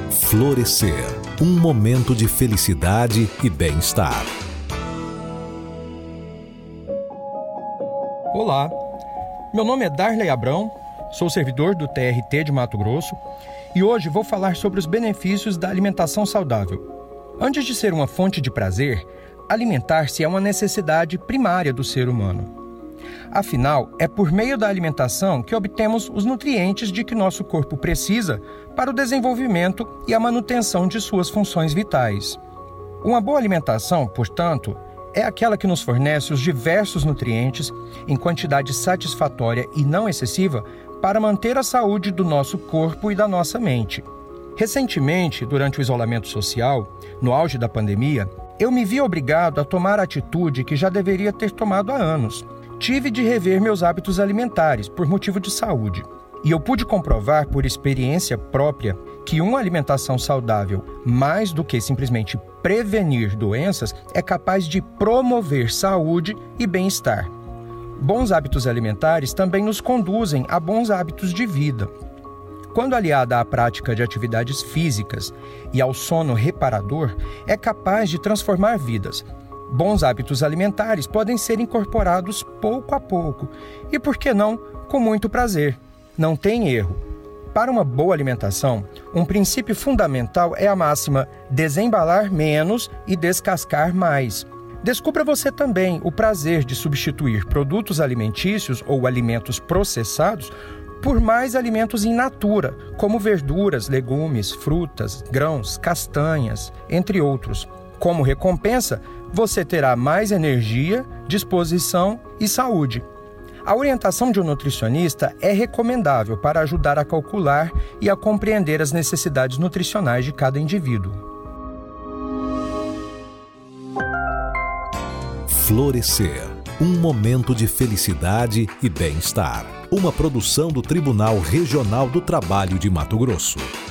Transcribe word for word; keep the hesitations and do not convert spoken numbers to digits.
Florescer, um momento de felicidade e bem-estar. Olá, meu nome é Darley Abrão, sou servidor do T R T de Mato Grosso e hoje vou falar sobre os benefícios da alimentação saudável. Antes de ser uma fonte de prazer, alimentar-se é uma necessidade primária do ser humano. Afinal, é por meio da alimentação que obtemos os nutrientes de que nosso corpo precisa para o desenvolvimento e a manutenção de suas funções vitais. Uma boa alimentação, portanto, é aquela que nos fornece os diversos nutrientes em quantidade satisfatória e não excessiva para manter a saúde do nosso corpo e da nossa mente. Recentemente, durante o isolamento social, no auge da pandemia, eu me vi obrigado a tomar a atitude que já deveria ter tomado há anos. Tive de rever meus hábitos alimentares por motivo de saúde. E eu pude comprovar por experiência própria que uma alimentação saudável, mais do que simplesmente prevenir doenças, é capaz de promover saúde e bem-estar. Bons hábitos alimentares também nos conduzem a bons hábitos de vida. Quando aliada à prática de atividades físicas e ao sono reparador, é capaz de transformar vidas. Bons hábitos alimentares podem ser incorporados pouco a pouco e, por que não, com muito prazer. Não tem erro. Para uma boa alimentação, um princípio fundamental é a máxima desembalar menos e descascar mais. Descubra você também o prazer de substituir produtos alimentícios ou alimentos processados por mais alimentos in natura, como verduras, legumes, frutas, grãos, castanhas, entre outros. Como recompensa, você terá mais energia, disposição e saúde. A orientação de um nutricionista é recomendável para ajudar a calcular e a compreender as necessidades nutricionais de cada indivíduo. Florescer, um momento de felicidade e bem-estar. Uma produção do Tribunal Regional do Trabalho de Mato Grosso.